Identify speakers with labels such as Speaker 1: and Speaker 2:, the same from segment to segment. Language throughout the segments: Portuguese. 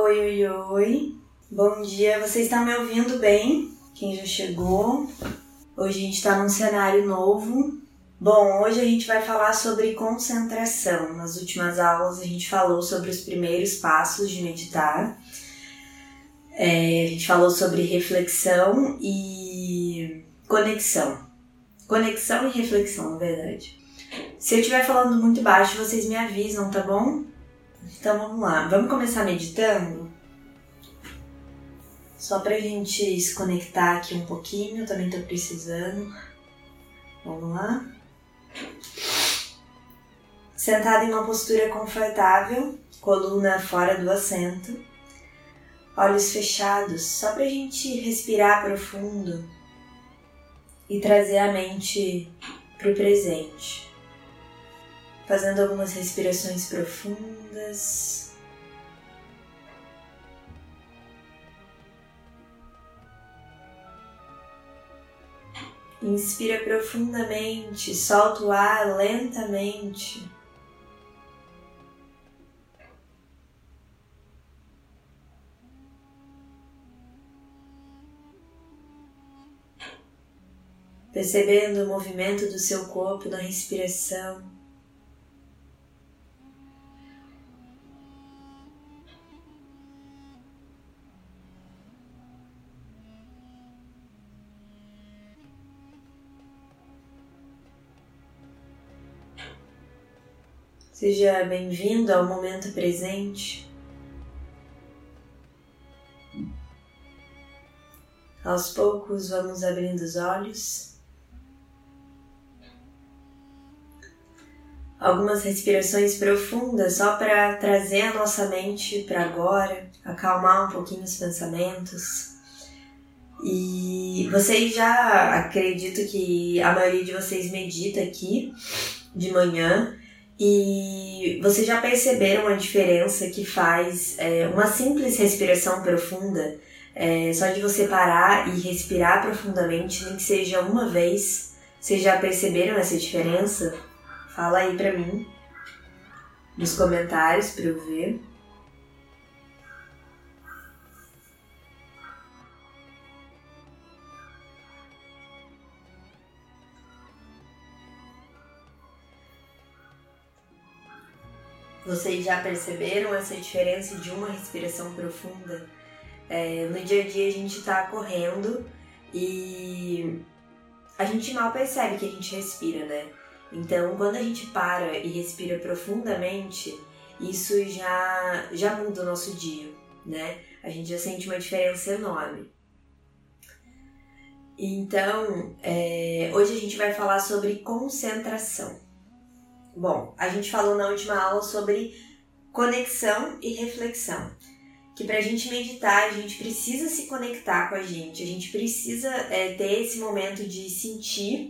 Speaker 1: Oi, oi, oi. Bom dia, vocês estão me ouvindo bem? Quem já chegou? Hoje a gente está num cenário novo. Bom, hoje a gente vai falar sobre concentração. Nas últimas aulas a gente falou sobre os primeiros passos de meditar. A gente falou sobre reflexão e conexão. Conexão e reflexão, na verdade. Se eu estiver falando muito baixo, vocês me avisam, tá bom? Então vamos lá. Vamos começar meditando? Só pra gente se conectar aqui um pouquinho, eu também tô precisando. Vamos lá? Sentado em uma postura confortável, coluna fora do assento, olhos fechados, só pra gente respirar profundo e trazer a mente pro presente. Fazendo algumas respirações profundas. Inspira profundamente, solta o ar lentamente. Percebendo o movimento do seu corpo na respiração. Seja bem-vindo ao momento presente. Aos poucos vamos abrindo os olhos. Algumas respirações profundas só para trazer a nossa mente para agora, acalmar um pouquinho os pensamentos. E vocês já, acredito que a maioria de vocês medita aqui de manhã. E vocês já perceberam a diferença que faz uma simples respiração profunda, só de você parar e respirar profundamente, nem que seja uma vez. Vocês já perceberam essa diferença? Fala aí pra mim, nos comentários pra eu ver. Vocês já perceberam essa diferença de uma respiração profunda? No dia a dia a gente tá correndo e a gente mal percebe que a gente respira, né? Então, quando a gente para e respira profundamente, isso já muda o nosso dia, né? A gente já sente uma diferença enorme. Então, hoje a gente vai falar sobre concentração. Bom, a gente falou na última aula sobre conexão e reflexão. Que pra gente meditar, a gente precisa se conectar com a gente precisa ter esse momento de sentir.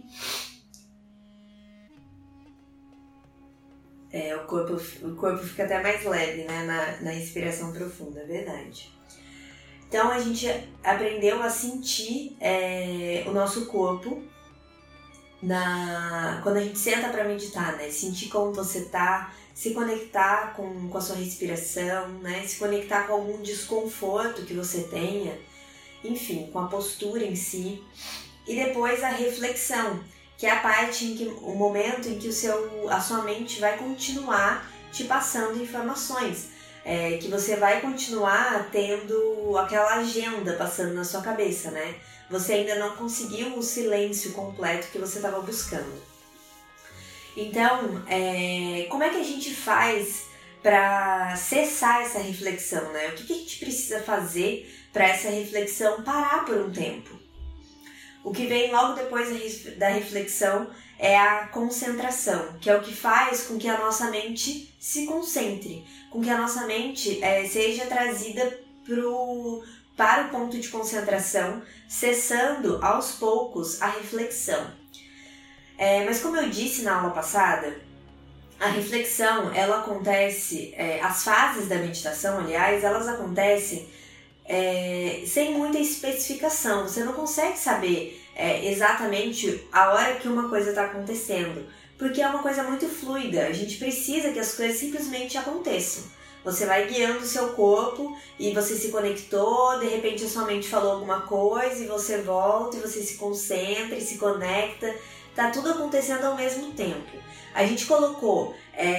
Speaker 1: O corpo fica até mais leve, né, na respiração profunda, é verdade. Então a gente aprendeu a sentir o nosso corpo quando a gente senta para meditar, né? Sentir como você tá, se conectar com a sua respiração, né? Se conectar com algum desconforto que você tenha, enfim, com a postura em si. E depois a reflexão, que é a parte o momento em que a sua mente vai continuar te passando informações, que você vai continuar tendo aquela agenda passando na sua cabeça, né? Você ainda não conseguiu o silêncio completo que você estava buscando. Então, como é que a gente faz para cessar essa reflexão, né? O que a gente precisa fazer para essa reflexão parar por um tempo? O que vem logo depois da reflexão é a concentração, que é o que faz com que a nossa mente se concentre, com que a nossa mente seja trazida para o ponto de concentração, cessando aos poucos a reflexão. Mas como eu disse na aula passada, a reflexão, ela acontece, as fases da meditação, aliás, elas acontecem sem muita especificação. Você não consegue saber exatamente a hora que uma coisa está acontecendo, porque é uma coisa muito fluida. A gente precisa que as coisas simplesmente aconteçam. Você vai guiando o seu corpo e você se conectou, de repente a sua mente falou alguma coisa e você volta e você se concentra e se conecta. Tá tudo acontecendo ao mesmo tempo. A gente colocou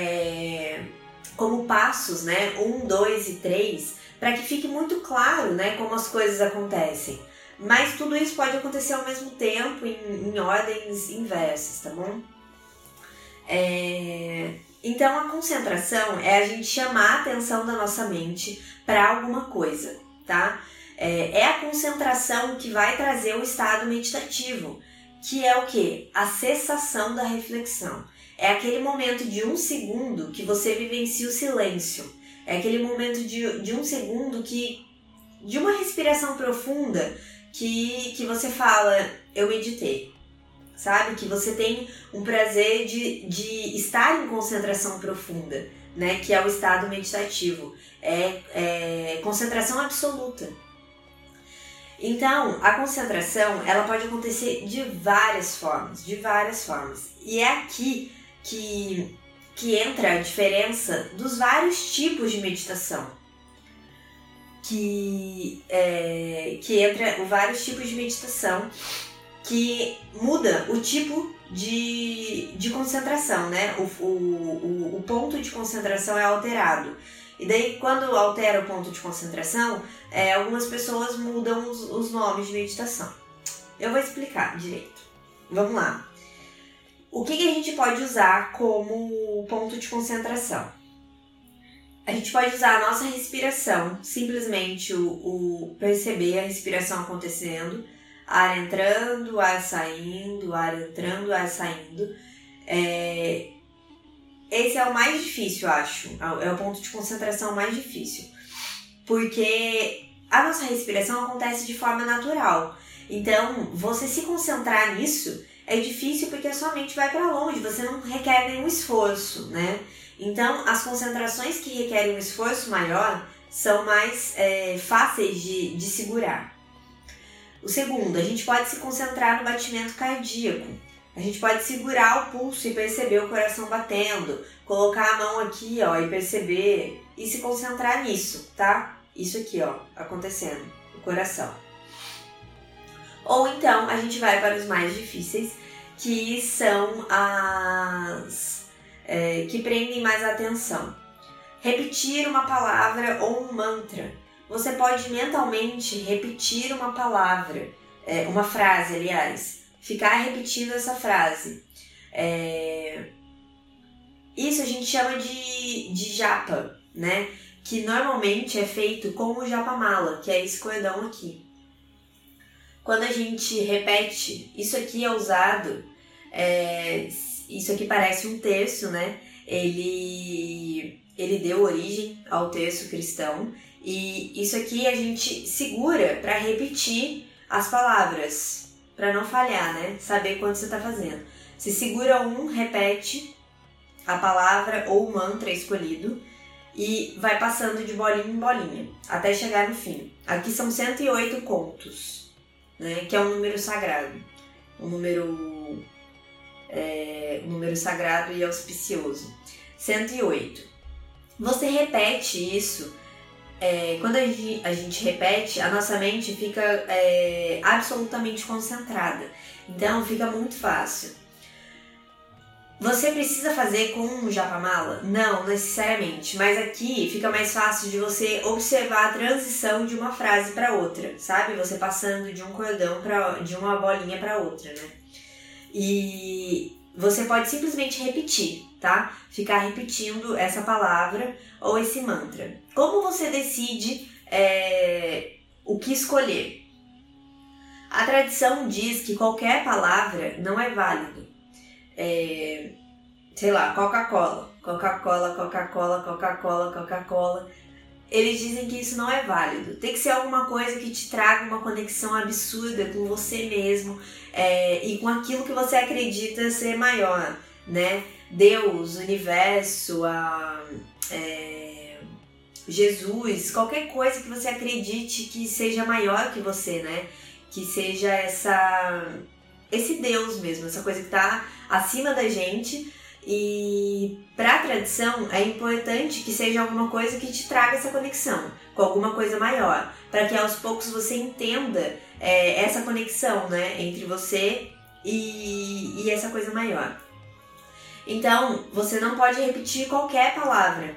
Speaker 1: como passos, né, 1, 2 e 3, para que fique muito claro, né, como as coisas acontecem. Mas tudo isso pode acontecer ao mesmo tempo, em ordens inversas, tá bom? Então a concentração é a gente chamar a atenção da nossa mente para alguma coisa, tá? É a concentração que vai trazer o estado meditativo, que é o quê? A cessação da reflexão. É aquele momento de 1 segundo que você vivencia o silêncio. É aquele momento de 1 segundo de uma respiração profunda que você fala, eu meditei. Sabe? Que você tem um prazer de estar em concentração profunda, né? Que é o estado meditativo. É concentração absoluta. Então, a concentração, ela pode acontecer de várias formas. E é aqui que entra a diferença dos vários tipos de meditação. Que entra os vários tipos de meditação que muda o tipo de concentração, né? O ponto de concentração é alterado. E daí, quando altera o ponto de concentração, algumas pessoas mudam os nomes de meditação. Eu vou explicar direito. Vamos lá. O que a gente pode usar como ponto de concentração? A gente pode usar a nossa respiração, simplesmente o perceber a respiração acontecendo, ar entrando, ar saindo, ar entrando, ar saindo. Esse é o mais difícil, eu acho. É o ponto de concentração mais difícil. Porque a nossa respiração acontece de forma natural. Então, você se concentrar nisso é difícil porque a sua mente vai para longe. Você não requer nenhum esforço, né? Então, as concentrações que requerem um esforço maior são mais fáceis de segurar. O segundo, a gente pode se concentrar no batimento cardíaco. A gente pode segurar o pulso e perceber o coração batendo, colocar a mão aqui, ó, e perceber e se concentrar nisso, tá? Isso aqui, ó, acontecendo, o coração. Ou então, a gente vai para os mais difíceis, que são que prendem mais a atenção. Repetir uma palavra ou um mantra. Você pode mentalmente repetir uma palavra, uma frase, aliás. Ficar repetindo essa frase. Isso a gente chama de japa, né? Que normalmente é feito com o japamala, que é esse cordão aqui. Quando a gente repete, isso aqui é usado, isso aqui parece um terço, né? Ele deu origem ao terço cristão. E isso aqui a gente segura para repetir as palavras, para não falhar, né? Saber quando você está fazendo. Você segura repete a palavra ou o mantra escolhido e vai passando de bolinha em bolinha, até chegar no fim. Aqui são 108 contos, né? Que é um número sagrado. Um número sagrado e auspicioso. 108. Você repete isso. Quando a gente repete, a nossa mente fica absolutamente concentrada. Então fica muito fácil. Você precisa fazer com um japamala? Não necessariamente, mas aqui fica mais fácil de você observar a transição de uma frase para outra, sabe? Você passando de um cordão de uma bolinha para outra, né? E você pode simplesmente repetir, tá? Ficar repetindo essa palavra ou esse mantra. Como você decide o que escolher? A tradição diz que qualquer palavra não é válido. Sei lá, Coca-Cola. Coca-Cola, Coca-Cola, Coca-Cola, Coca-Cola. Eles dizem que isso não é válido. Tem que ser alguma coisa que te traga uma conexão absurda com você mesmo e com aquilo que você acredita ser maior, né? Deus, o universo, Jesus, qualquer coisa que você acredite que seja maior que você, né? Que seja esse Deus mesmo, essa coisa que está acima da gente, E para a tradição é importante que seja alguma coisa que te traga essa conexão com alguma coisa maior, para que aos poucos você entenda essa conexão, né, entre você e essa coisa maior. Então, você não pode repetir qualquer palavra.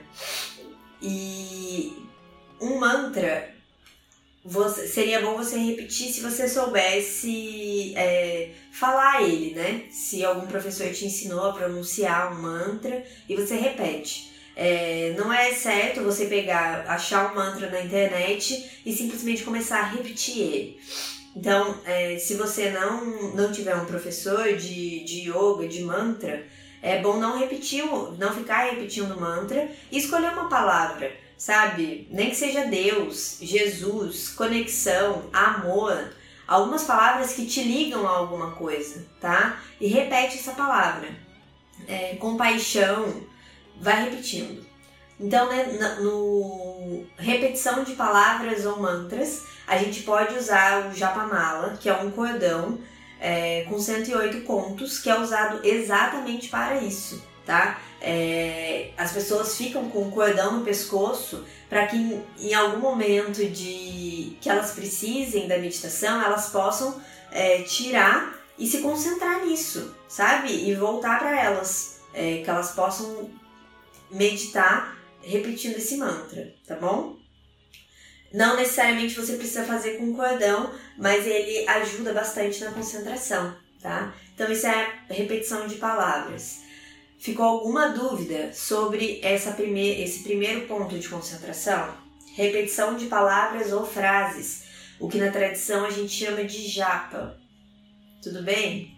Speaker 1: E um mantra seria bom você repetir se você soubesse falar ele, né? Se algum professor te ensinou a pronunciar um mantra e você repete. Não é certo você achar um mantra na internet e simplesmente começar a repetir ele. Então, se você não tiver um professor de yoga, de mantra, é bom não ficar repetindo o mantra e escolher uma palavra, sabe? Nem que seja Deus, Jesus, conexão, amor, algumas palavras que te ligam a alguma coisa, tá? E repete essa palavra. Compaixão, vai repetindo. Então, né, no repetição de palavras ou mantras, a gente pode usar o Japamala, que é um cordão com 108 contos, que é usado exatamente para isso, tá? As pessoas ficam com o cordão no pescoço para que em algum momento que elas precisem da meditação, elas possam tirar e se concentrar nisso, sabe? E voltar para elas, que elas possam meditar repetindo esse mantra, tá bom? Não necessariamente você precisa fazer com cordão, mas ele ajuda bastante na concentração, tá? Então isso é a repetição de palavras. Ficou alguma dúvida sobre esse primeiro ponto de concentração? Repetição de palavras ou frases, o que na tradição a gente chama de japa. Tudo bem?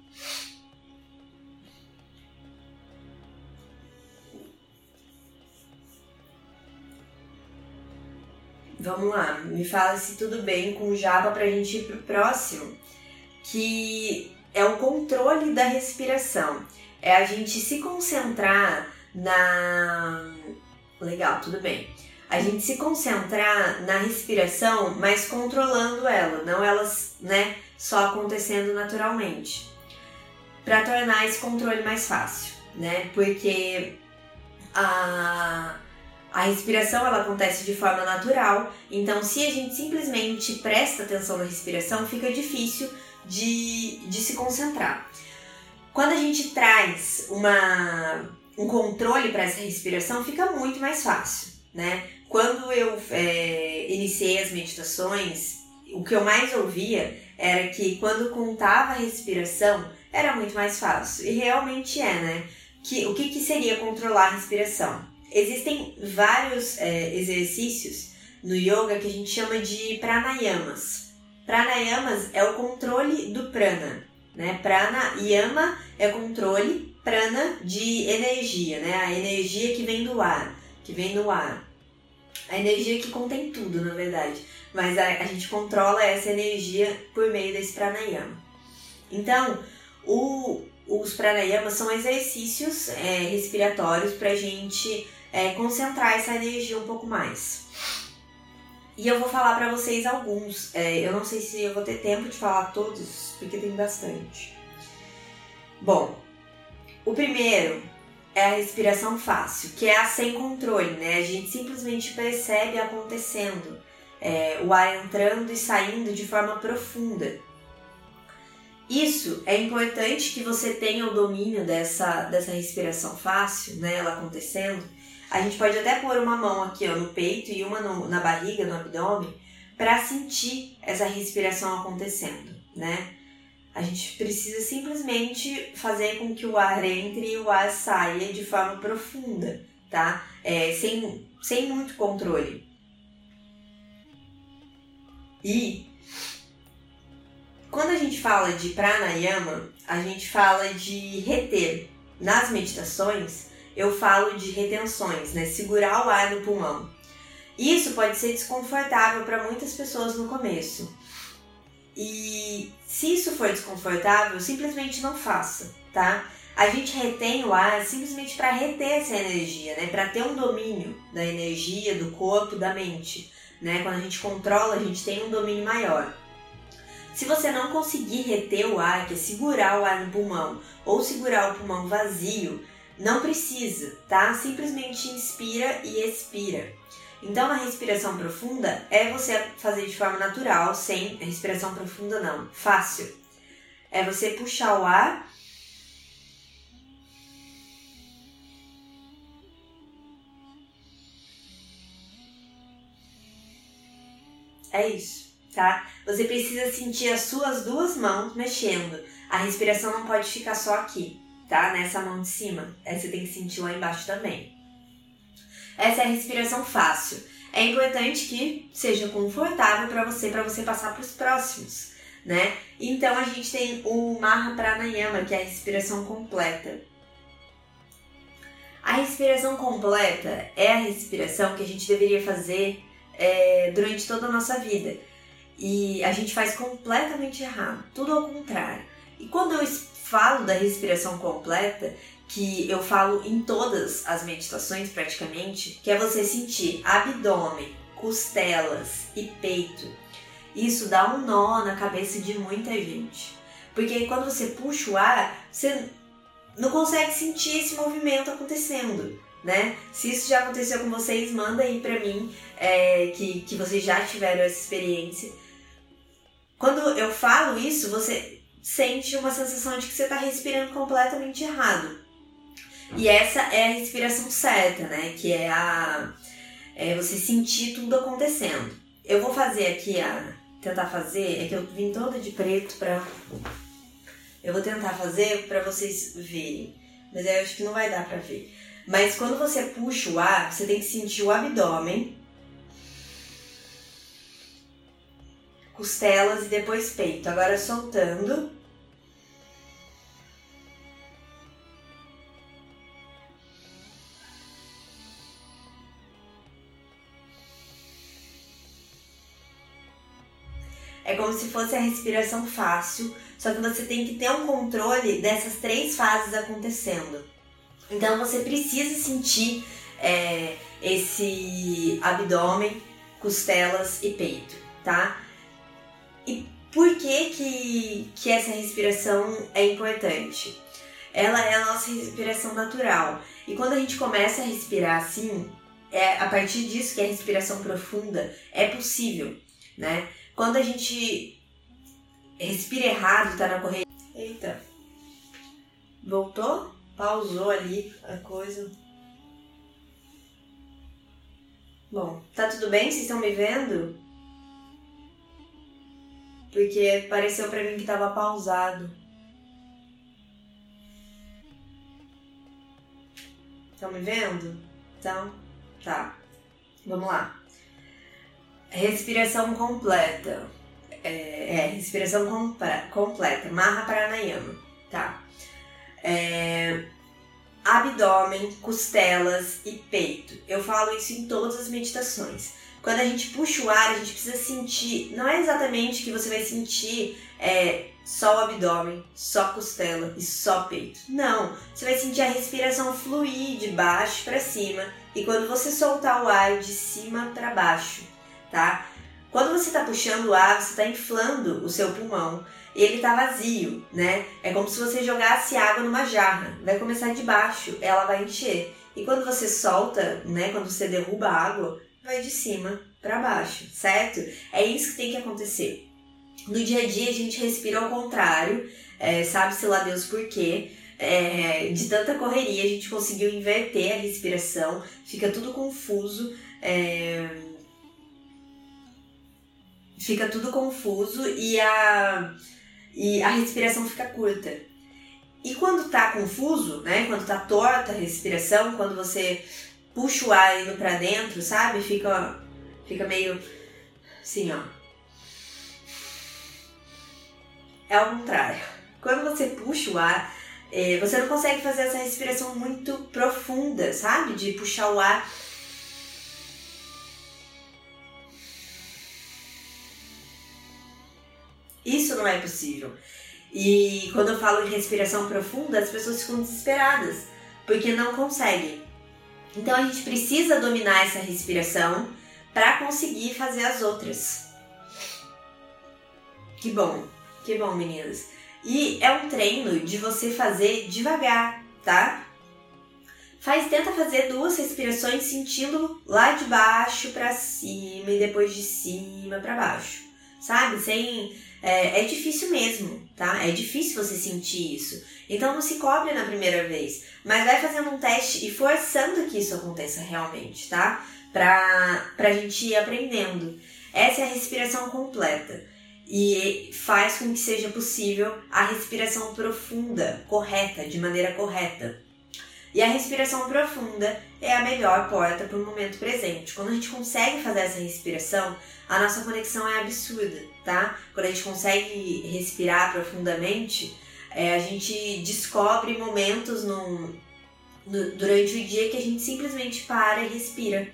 Speaker 1: Vamos lá, me fala se tudo bem com o japa pra gente ir pro próximo, que é o controle da respiração. É a gente se concentrar Legal, tudo bem. A gente se concentrar na respiração, mas controlando ela, não elas, né, só acontecendo naturalmente. Para tornar esse controle mais fácil, né? Porque a respiração ela acontece de forma natural, então se a gente simplesmente presta atenção na respiração, fica difícil de se concentrar. Quando a gente traz um controle para essa respiração, fica muito mais fácil, né? Quando eu iniciei as meditações, o que eu mais ouvia era que quando contava a respiração, era muito mais fácil. E realmente né? O que seria controlar a respiração? Existem vários exercícios no yoga que a gente chama de pranayamas. Pranayamas é o controle do prana, né? Pranayama é controle, prana de energia, né? A energia que vem do ar, A energia que contém tudo, na verdade. Mas a gente controla essa energia por meio desse pranayama. Então, os pranayamas são exercícios respiratórios para a gente concentrar essa energia um pouco mais. E eu vou falar para vocês alguns. Eu não sei se eu vou ter tempo de falar todos, porque tem bastante. Bom, o primeiro é a respiração fácil, que é a sem controle, né? A gente simplesmente percebe acontecendo, o ar entrando e saindo de forma profunda. Isso é importante que você tenha o domínio dessa respiração fácil, né? Ela acontecendo. A gente pode até pôr uma mão aqui no peito e uma na barriga, no abdômen, para sentir essa respiração acontecendo, né? A gente precisa simplesmente fazer com que o ar entre e o ar saia de forma profunda, tá? Sem muito controle. E quando a gente fala de pranayama, a gente fala de reter. Nas meditações, eu falo de retenções, né? Segurar o ar no pulmão. Isso pode ser desconfortável para muitas pessoas no começo. E se isso for desconfortável, simplesmente não faça, tá? A gente retém o ar simplesmente para reter essa energia, né? Para ter um domínio da energia, do corpo, da mente, né? Quando a gente controla, a gente tem um domínio maior. Se você não conseguir reter o ar, que é segurar o ar no pulmão, ou segurar o pulmão vazio, Não precisa, tá? Simplesmente inspira e expira. Então, na respiração profunda, é você fazer de forma natural, sem respiração profunda não, fácil. É você puxar o ar é isso, tá? Você precisa sentir as suas duas mãos mexendo. A respiração não pode ficar só aqui, tá? Nessa mão de cima. Aí você tem que sentir lá embaixo também. Essa é a respiração fácil. É importante que seja confortável para você passar para os próximos, né? Então a gente tem o Maha Pranayama, que é a respiração completa. A respiração completa é a respiração que a gente deveria fazer durante toda a nossa vida. E a gente faz completamente errado, tudo ao contrário. E quando eu falo da respiração completa, que eu falo em todas as meditações praticamente, que é você sentir abdômen, costelas e peito. Isso dá um nó na cabeça de muita gente. Porque quando você puxa o ar, você não consegue sentir esse movimento acontecendo, né? Se isso já aconteceu com vocês, manda aí pra mim que vocês já tiveram essa experiência. Quando eu falo isso, você sente uma sensação de que você está respirando completamente errado. E essa é a respiração certa, né? Que é você sentir tudo acontecendo. Eu vou fazer aqui, tentar fazer, é que eu vim toda de preto eu vou tentar fazer para vocês verem, mas eu acho que não vai dar para ver. Mas quando você puxa o ar, você tem que sentir o abdômen, costelas e depois peito. Agora soltando. É como se fosse a respiração fácil, só que você tem que ter um controle dessas 3 fases acontecendo. Então você precisa sentir esse abdômen, costelas e peito, tá? E por que essa respiração é importante? Ela é a nossa respiração natural. E quando a gente começa a respirar assim, a partir disso que é a respiração profunda, é possível, né? Quando a gente respira errado, tá na correria... Eita! Voltou? Pausou ali a coisa. Bom, tá tudo bem? Vocês estão me vendo? Porque pareceu pra mim que tava pausado. Estão me vendo? Então, tá. Vamos lá. Respiração completa. Respiração completa. Maha Pranayama, tá? Abdômen, costelas e peito. Eu falo isso em todas as meditações. Quando a gente puxa o ar, a gente precisa sentir... Não é exatamente que você vai sentir só o abdômen, só costela e só peito. Não, você vai sentir a respiração fluir de baixo para cima. E quando você soltar o ar, de cima para baixo. Tá? Quando você está puxando o ar, você está inflando o seu pulmão e ele está vazio, né? É como se você jogasse água numa jarra. Vai começar de baixo, ela vai encher. E quando você solta, né? Quando você derruba a água, vai de cima para baixo, certo? É isso que tem que acontecer. No dia a dia a gente respira ao contrário, sabe-se lá Deus por quê. De tanta correria a gente conseguiu inverter a respiração, fica tudo confuso. Fica tudo confuso e a respiração fica curta. E quando tá confuso, né? Quando tá torta a respiração, quando você puxa o ar indo pra dentro, sabe? Fica meio assim, ó. É ao contrário. Quando você puxa o ar, você não consegue fazer essa respiração muito profunda, sabe? De puxar o ar. Isso não é possível. E quando eu falo em respiração profunda, as pessoas ficam desesperadas, porque não conseguem. Então a gente precisa dominar essa respiração para conseguir fazer as outras. Que bom, meninas. E é um treino de você fazer devagar, tá? Tenta fazer 2 respirações sentindo lá de baixo para cima e depois de cima para baixo, sabe? É difícil mesmo, tá? É difícil você sentir isso. Então não se cobre na primeira vez, mas vai fazendo um teste e forçando que isso aconteça realmente, tá? Pra gente ir aprendendo. Essa é a respiração completa e faz com que seja possível a respiração profunda, correta, de maneira correta. E a respiração profunda é a melhor porta para o momento presente. Quando a gente consegue fazer essa respiração, a nossa conexão é absurda, tá? Quando a gente consegue respirar profundamente, a gente descobre momentos durante o dia que a gente simplesmente para e respira.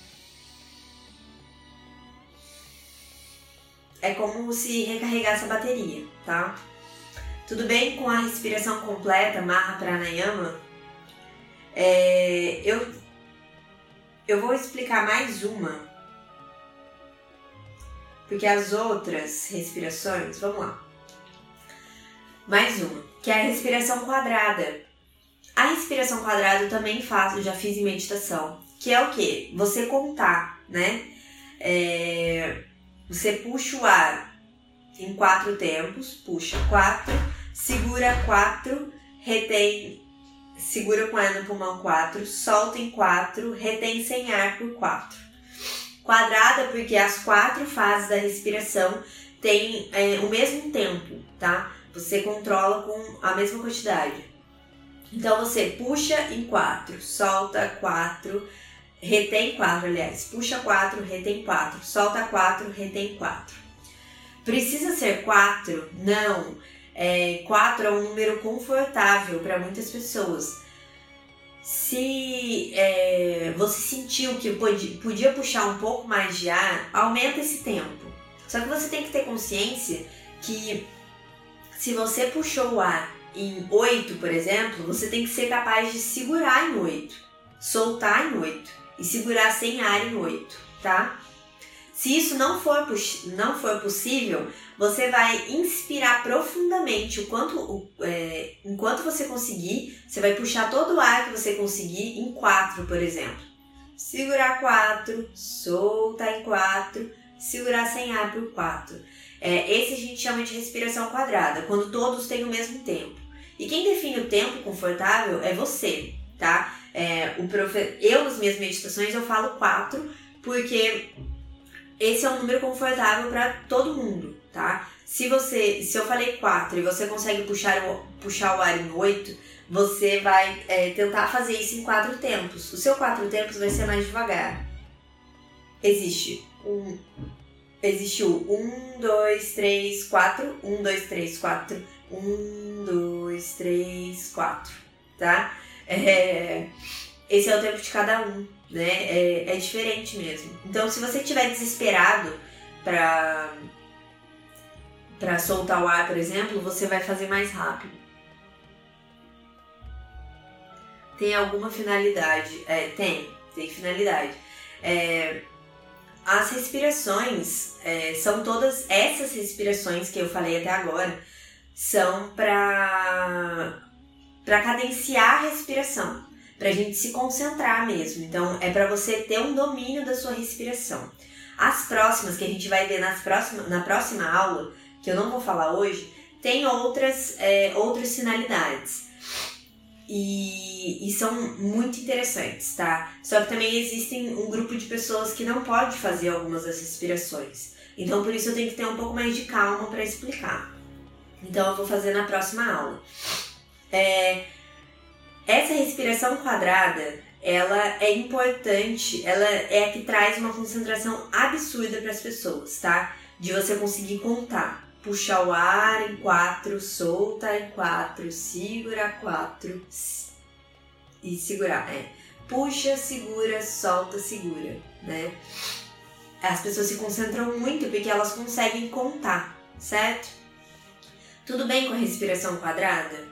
Speaker 1: É como se recarregasse a bateria, tá? Tudo bem com a respiração completa, Maha Pranayama? Eu vou explicar mais uma, porque as outras respirações, vamos lá. Mais uma, que é a respiração quadrada. A respiração quadrada eu também faço, já fiz em meditação, que é o quê? Você contar, né? Você puxa o ar em 4 tempos, puxa 4, segura 4, retém, segura com ar no pulmão 4, solta em 4, retém sem ar por 4. Quadrada porque as 4 fases da respiração têm o mesmo tempo, tá? Você controla com a mesma quantidade. Então você puxa em 4, solta 4, retém 4, aliás. Puxa 4, retém 4, solta 4, retém 4. Precisa ser 4? Não. 4 é um número confortável para muitas pessoas. Se você sentiu que podia puxar um pouco mais de ar, aumenta esse tempo. Só que você tem que ter consciência que se você puxou o ar em 8, por exemplo, você tem que ser capaz de segurar em 8, soltar em 8 e segurar sem ar em 8, tá? Se isso não for possível, você vai inspirar profundamente enquanto você conseguir, você vai puxar todo o ar que você conseguir em 4, por exemplo. Segurar 4, soltar em 4, segurar sem ar por 4. Esse a gente chama de respiração quadrada, quando todos têm o mesmo tempo. E quem define o tempo confortável é você, tá? Eu, nas minhas meditações, eu falo 4, porque esse é um número confortável para todo mundo, tá? Se eu falei 4 e você consegue puxar o ar em 8, você vai tentar fazer isso em 4 tempos. O seu 4 tempos vai ser mais devagar. Existe o 1, 2, 3, 4, 1, 2, 3, 4, 1, 2, 3, 4, tá? Esse é o tempo de cada um, né? É diferente mesmo. Então, se você estiver desesperado para soltar o ar, por exemplo, você vai fazer mais rápido. Tem alguma finalidade? Tem finalidade. As respirações são todas essas respirações que eu falei até agora, são para cadenciar a respiração, pra gente se concentrar mesmo. Então, é pra você ter um domínio da sua respiração. As próximas, que a gente vai ver na próxima aula, que eu não vou falar hoje, tem outras finalidades. E são muito interessantes, tá? Só que também existem um grupo de pessoas que não pode fazer algumas das respirações. Então, por isso eu tenho que ter um pouco mais de calma para explicar. Então, eu vou fazer na próxima aula. Essa respiração quadrada, ela é importante, ela é a que traz uma concentração absurda para as pessoas, tá? De você conseguir contar. Puxar o ar em 4, solta em 4, segura 4 e segurar. Puxa, segura, solta, segura, né? As pessoas se concentram muito porque elas conseguem contar, certo? Tudo bem com a respiração quadrada?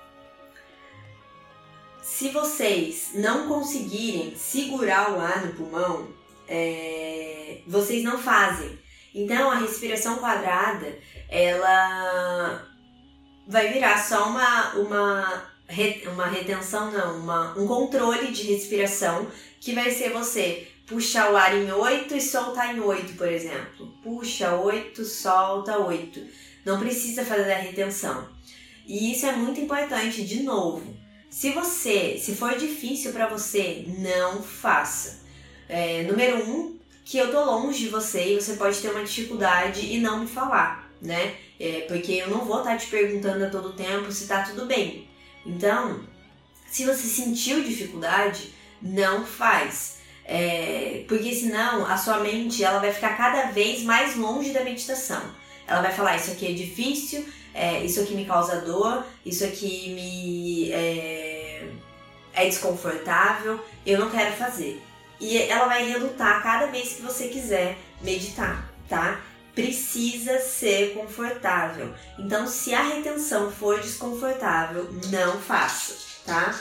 Speaker 1: Se vocês não conseguirem segurar o ar no pulmão, vocês não fazem. Então, a respiração quadrada, ela vai virar só uma retenção não, um controle de respiração, que vai ser você puxar o ar em 8 e soltar em 8, por exemplo. Puxa 8, solta 8. Não precisa fazer a retenção. E isso é muito importante, de novo. Se for difícil para você, não faça. Número 1, que eu tô longe de você e você pode ter uma dificuldade e não me falar, né? Porque eu não vou estar te perguntando a todo tempo se tá tudo bem. Então, se você sentiu dificuldade, não faz. Porque senão a sua mente ela vai ficar cada vez mais longe da meditação. Ela vai falar, isso aqui é difícil, isso aqui me causa dor, isso aqui é desconfortável, eu não quero fazer. E ela vai relutar cada vez que você quiser meditar, tá? Precisa ser confortável. Então, se a retenção for desconfortável, não faça, tá?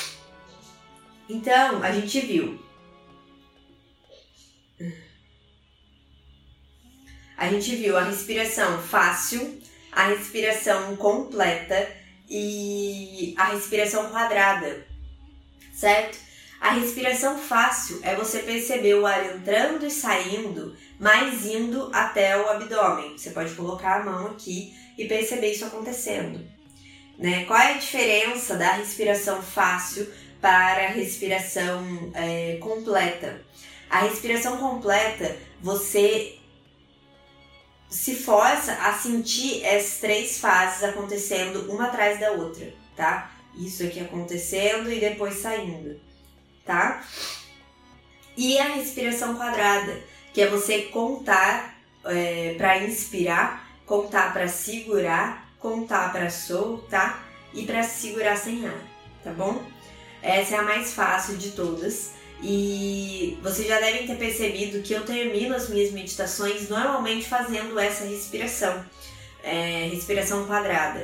Speaker 1: Então, a gente viu. A respiração fácil, a respiração completa e a respiração quadrada, certo? A respiração fácil é você perceber o ar entrando e saindo, mas indo até o abdômen. Você pode colocar a mão aqui e perceber isso acontecendo, né? Qual é a diferença da respiração fácil para a respiração completa? A respiração completa, você se força a sentir as 3 fases acontecendo uma atrás da outra, tá? Isso aqui acontecendo e depois saindo, tá? E a respiração quadrada, que é você contar para inspirar, contar para segurar, contar para soltar e para segurar sem ar, tá bom? Essa é a mais fácil de todas. E vocês já devem ter percebido que eu termino as minhas meditações normalmente fazendo essa respiração, respiração quadrada.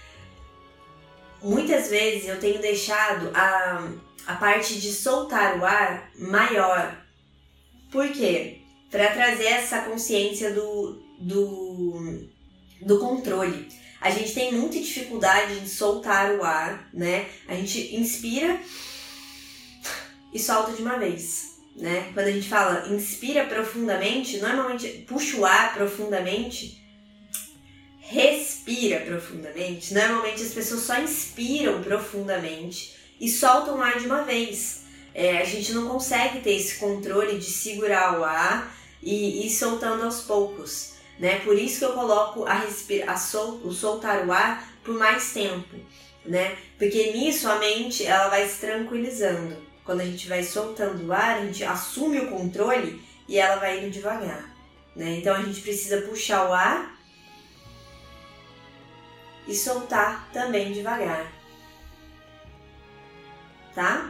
Speaker 1: Muitas vezes eu tenho deixado a parte de soltar o ar maior. Por quê? Para trazer essa consciência do controle. A gente tem muita dificuldade em soltar o ar, né? A gente inspira e solta de uma vez, né? Quando a gente fala inspira profundamente, normalmente puxa o ar profundamente, respira profundamente. Normalmente as pessoas só inspiram profundamente e soltam o ar de uma vez. A gente não consegue ter esse controle de segurar o ar e ir soltando aos poucos, né? Por isso que eu coloco o soltar o ar por mais tempo, né? Porque nisso a mente ela vai se tranquilizando. Quando a gente vai soltando o ar, a gente assume o controle e ela vai indo devagar, né? Então a gente precisa puxar o ar e soltar também devagar, tá?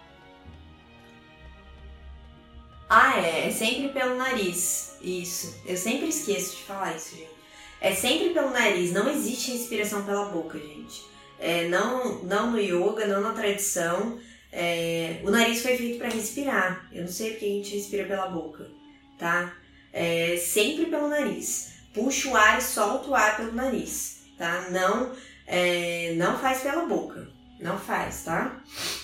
Speaker 1: É sempre pelo nariz, isso. Eu sempre esqueço de falar isso, gente. É sempre pelo nariz, não existe respiração pela boca, gente. Não no yoga, não na tradição. O nariz foi feito para respirar. Eu não sei porque a gente respira pela boca, tá? Sempre pelo nariz. Puxa o ar e solta o ar pelo nariz, tá? Não faz pela boca. Não faz, tá?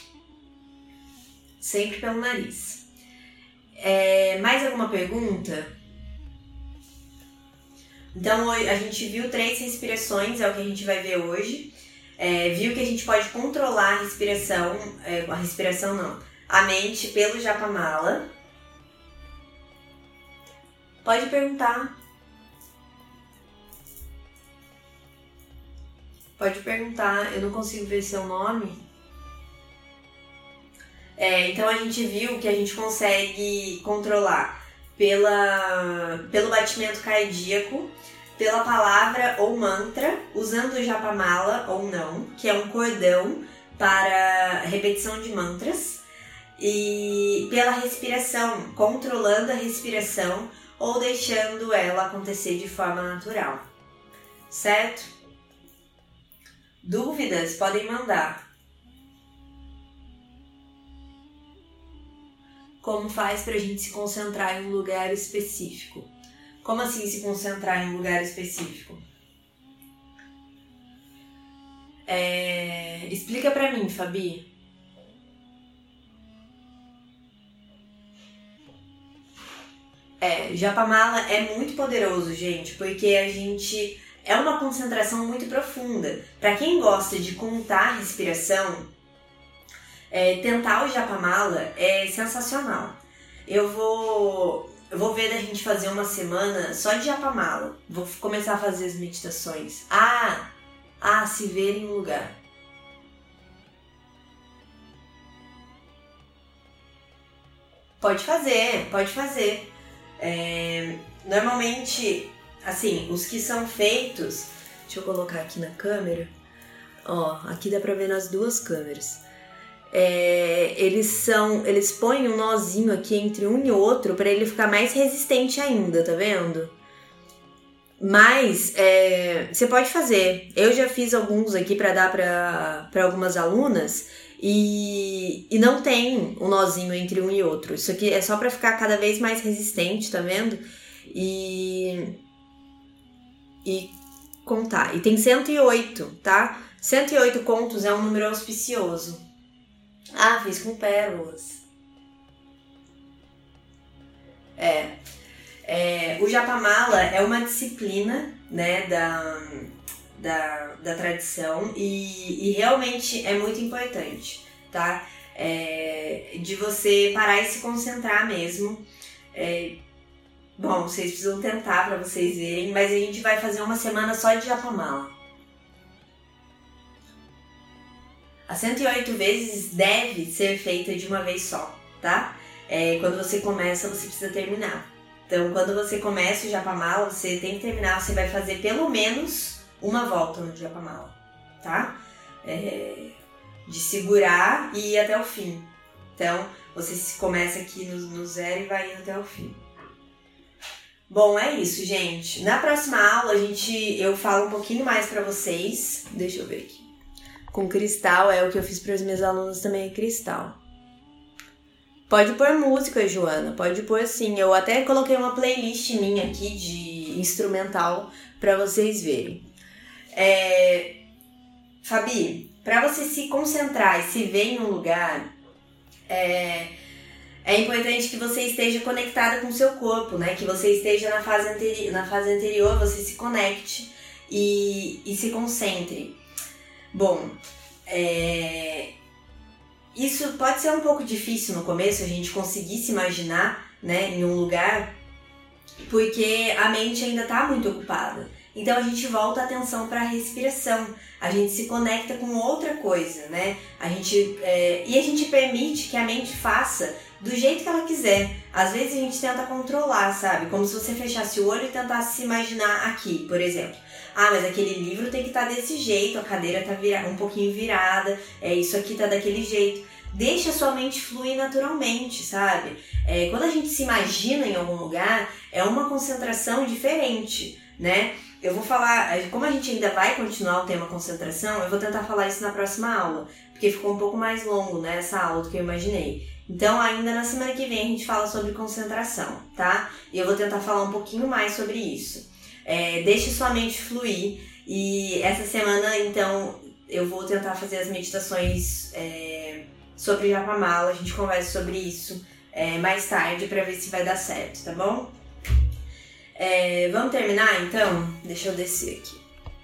Speaker 1: Sempre pelo nariz. Mais alguma pergunta? Então a gente viu 3 respirações, é o que a gente vai ver hoje. Viu que a gente pode controlar a mente pelo Japamala. Pode perguntar. Eu não consigo ver seu nome. Então a gente viu que a gente consegue controlar pelo batimento cardíaco, pela palavra ou mantra, usando o Japamala ou não, que é um cordão para repetição de mantras, e pela respiração, controlando a respiração ou deixando ela acontecer de forma natural, certo? Dúvidas? Podem mandar. Como faz pra gente se concentrar em um lugar específico? Como assim se concentrar em um lugar específico? Explica pra mim, Fabi. Japamala é muito poderoso, gente, porque a gente é uma concentração muito profunda. Para quem gosta de contar a respiração, tentar o Japamala é sensacional. Eu vou ver da gente fazer uma semana só de Japamala. Vou começar a fazer as meditações. Se ver em um lugar. Pode fazer. Normalmente, assim, os que são feitos... Deixa eu colocar aqui na câmera. Aqui dá pra ver nas duas câmeras. Eles põem um nozinho aqui entre um e outro pra ele ficar mais resistente ainda, tá vendo? Mas você pode fazer. Eu já fiz alguns aqui pra dar pra algumas alunas e não tem um nozinho entre um e outro. Isso aqui é só pra ficar cada vez mais resistente, tá vendo? E contar. E tem 108, tá? 108 contos é um número auspicioso. Fiz com pérolas. O Japamala é uma disciplina, né, da tradição e realmente é muito importante, tá? De você parar e se concentrar mesmo. Bom, vocês precisam tentar para vocês verem, mas a gente vai fazer uma semana só de Japamala. As 108 vezes deve ser feita de uma vez só, tá? Quando você começa, você precisa terminar. Então, quando você começa o Japamala, você tem que terminar, você vai fazer pelo menos uma volta no Japamala, tá? De segurar e ir até o fim. Então, você começa aqui no zero e vai indo até o fim. Bom, é isso, gente. Na próxima aula, eu falo um pouquinho mais pra vocês. Deixa eu ver aqui. Com cristal, o que eu fiz para as minhas alunas também é cristal. Pode pôr música, Joana, pode pôr sim. Eu até coloquei uma playlist minha aqui de instrumental para vocês verem. Fabi, para você se concentrar e se ver em um lugar, é importante que você esteja conectada com o seu corpo, né? Que você esteja na fase anterior, você se conecte e se concentre. Bom, isso pode ser um pouco difícil no começo, a gente conseguir se imaginar, né, em um lugar, porque a mente ainda está muito ocupada. Então a gente volta a atenção para a respiração, a gente se conecta com outra coisa, né? E a gente permite que a mente faça do jeito que ela quiser. Às vezes a gente tenta controlar, sabe? Como se você fechasse o olho e tentasse se imaginar aqui, por exemplo. Mas aquele livro tem que estar desse jeito, a cadeira tá um pouquinho virada, isso aqui tá daquele jeito. Deixa a sua mente fluir naturalmente, sabe? Quando a gente se imagina em algum lugar, é uma concentração diferente, né? Eu vou falar, como a gente ainda vai continuar o tema concentração, eu vou tentar falar isso na próxima aula, porque ficou um pouco mais longo, né, essa aula do que eu imaginei. Então, ainda na semana que vem a gente fala sobre concentração, tá? E eu vou tentar falar um pouquinho mais sobre isso. Deixe sua mente fluir e essa semana, então, eu vou tentar fazer as meditações sobre Japamala, a gente conversa sobre isso mais tarde pra ver se vai dar certo, tá bom? Vamos terminar, então? Deixa eu descer aqui.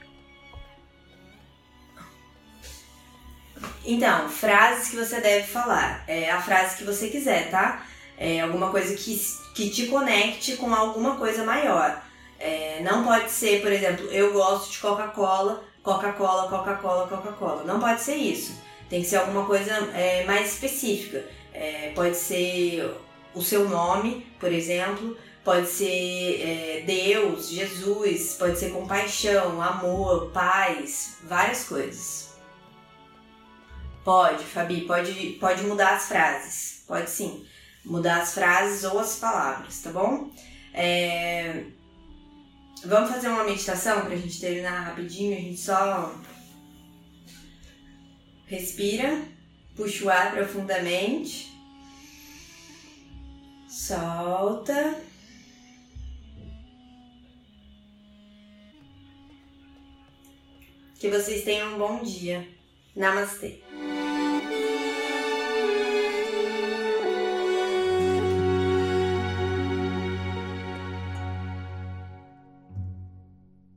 Speaker 1: Então, frases que você deve falar. A frase que você quiser, tá? Alguma coisa que te conecte com alguma coisa maior. Não pode ser, por exemplo, eu gosto de Coca-Cola, Coca-Cola, Coca-Cola, Coca-Cola. Não pode ser isso. Tem que ser alguma coisa mais específica. Pode ser o seu nome, por exemplo. Pode ser Deus, Jesus. Pode ser compaixão, amor, paz. Várias coisas. Pode, Fabi. Pode mudar as frases. Pode sim. Mudar as frases ou as palavras, tá bom? Vamos fazer uma meditação pra gente terminar rapidinho. A gente só respira, puxa o ar profundamente, solta. Que vocês tenham um bom dia. Namastê.